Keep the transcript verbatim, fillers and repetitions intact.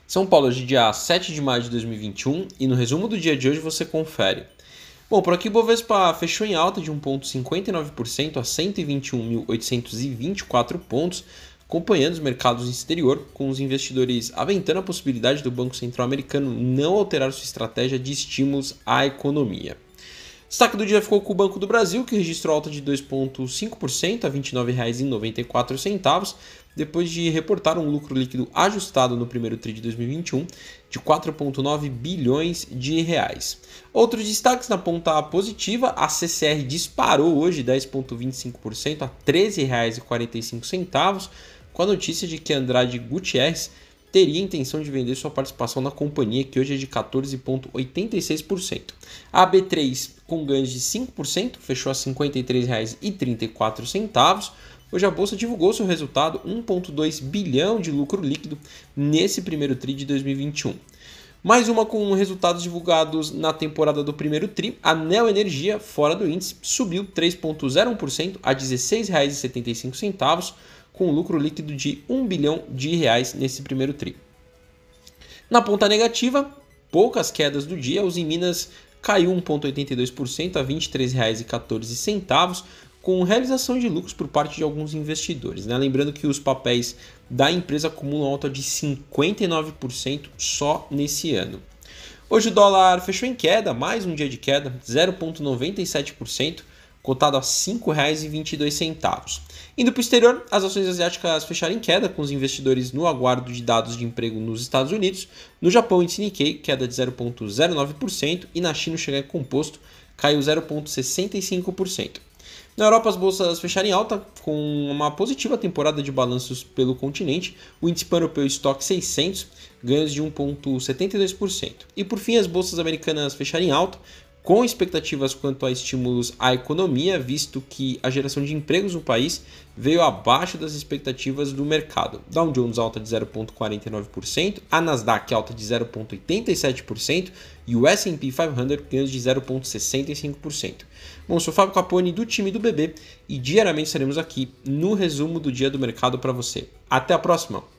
São Paulo, hoje é dia sete de maio de dois mil e vinte e um e no resumo do dia de hoje você confere. Bom, por aqui o Bovespa fechou em alta de um vírgula cinquenta e nove por cento a cento e vinte e um mil oitocentos e vinte e quatro pontos, acompanhando os mercados no exterior, com os investidores aventando a possibilidade do Banco Central americano não alterar sua estratégia de estímulos à economia. Destaque do dia ficou com o Banco do Brasil, que registrou alta de dois vírgula cinco por cento a vinte e nove reais e noventa e quatro centavos, depois de reportar um lucro líquido ajustado no primeiro tri de dois mil e vinte e um de quatro vírgula nove bilhões de reais. Outros destaques na ponta positiva, a C C R disparou hoje dez vírgula vinte e cinco por cento a treze reais e quarenta e cinco centavos, com a notícia de que Andrade Gutierrez teria intenção de vender sua participação na companhia, que hoje é de quatorze vírgula oitenta e seis por cento. A B três, com ganhos de cinco por cento, fechou a cinquenta e três reais e trinta e quatro centavos. Hoje a bolsa divulgou seu resultado, um vírgula dois bilhão de lucro líquido nesse primeiro tri de dois mil e vinte e um. Mais uma com resultados divulgados na temporada do primeiro tri, a Neo Energia, fora do índice, subiu três vírgula zero um por cento a dezesseis reais e setenta e cinco centavos, com lucro líquido de um bilhão de reais nesse primeiro tri. Na ponta negativa, poucas quedas do dia, a Uzi Minas caiu um vírgula oitenta e dois por cento a vinte e três reais e quatorze centavos, com realização de lucros por parte de alguns investidores, né? Lembrando que os papéis da empresa acumulam alta de cinquenta e nove por cento só nesse ano. Hoje o dólar fechou em queda, mais um dia de queda, zero vírgula noventa e sete por cento, cotado a cinco reais e vinte e dois centavos. Indo para o exterior, as ações asiáticas fecharam em queda, com os investidores no aguardo de dados de emprego nos Estados Unidos. No Japão, o índice Nikkei queda de zero vírgula zero nove por cento e na China o Xangai Composto caiu zero vírgula sessenta e cinco por cento. Na Europa, as bolsas fecharam em alta, com uma positiva temporada de balanços pelo continente. O índice pan-europeu Stoxx seiscentos ganhos de um vírgula setenta e dois por cento. E por fim, as bolsas americanas fecharam em alta, com expectativas quanto a estímulos à economia, visto que a geração de empregos no país veio abaixo das expectativas do mercado. Dow Jones alta de zero vírgula quarenta e nove por cento, a Nasdaq alta de zero vírgula oitenta e sete por cento e o S and P quinhentos ganhos de zero vírgula sessenta e cinco por cento. Bom, eu sou o Fábio Capone do time do B B e diariamente estaremos aqui no resumo do dia do mercado para você. Até a próxima!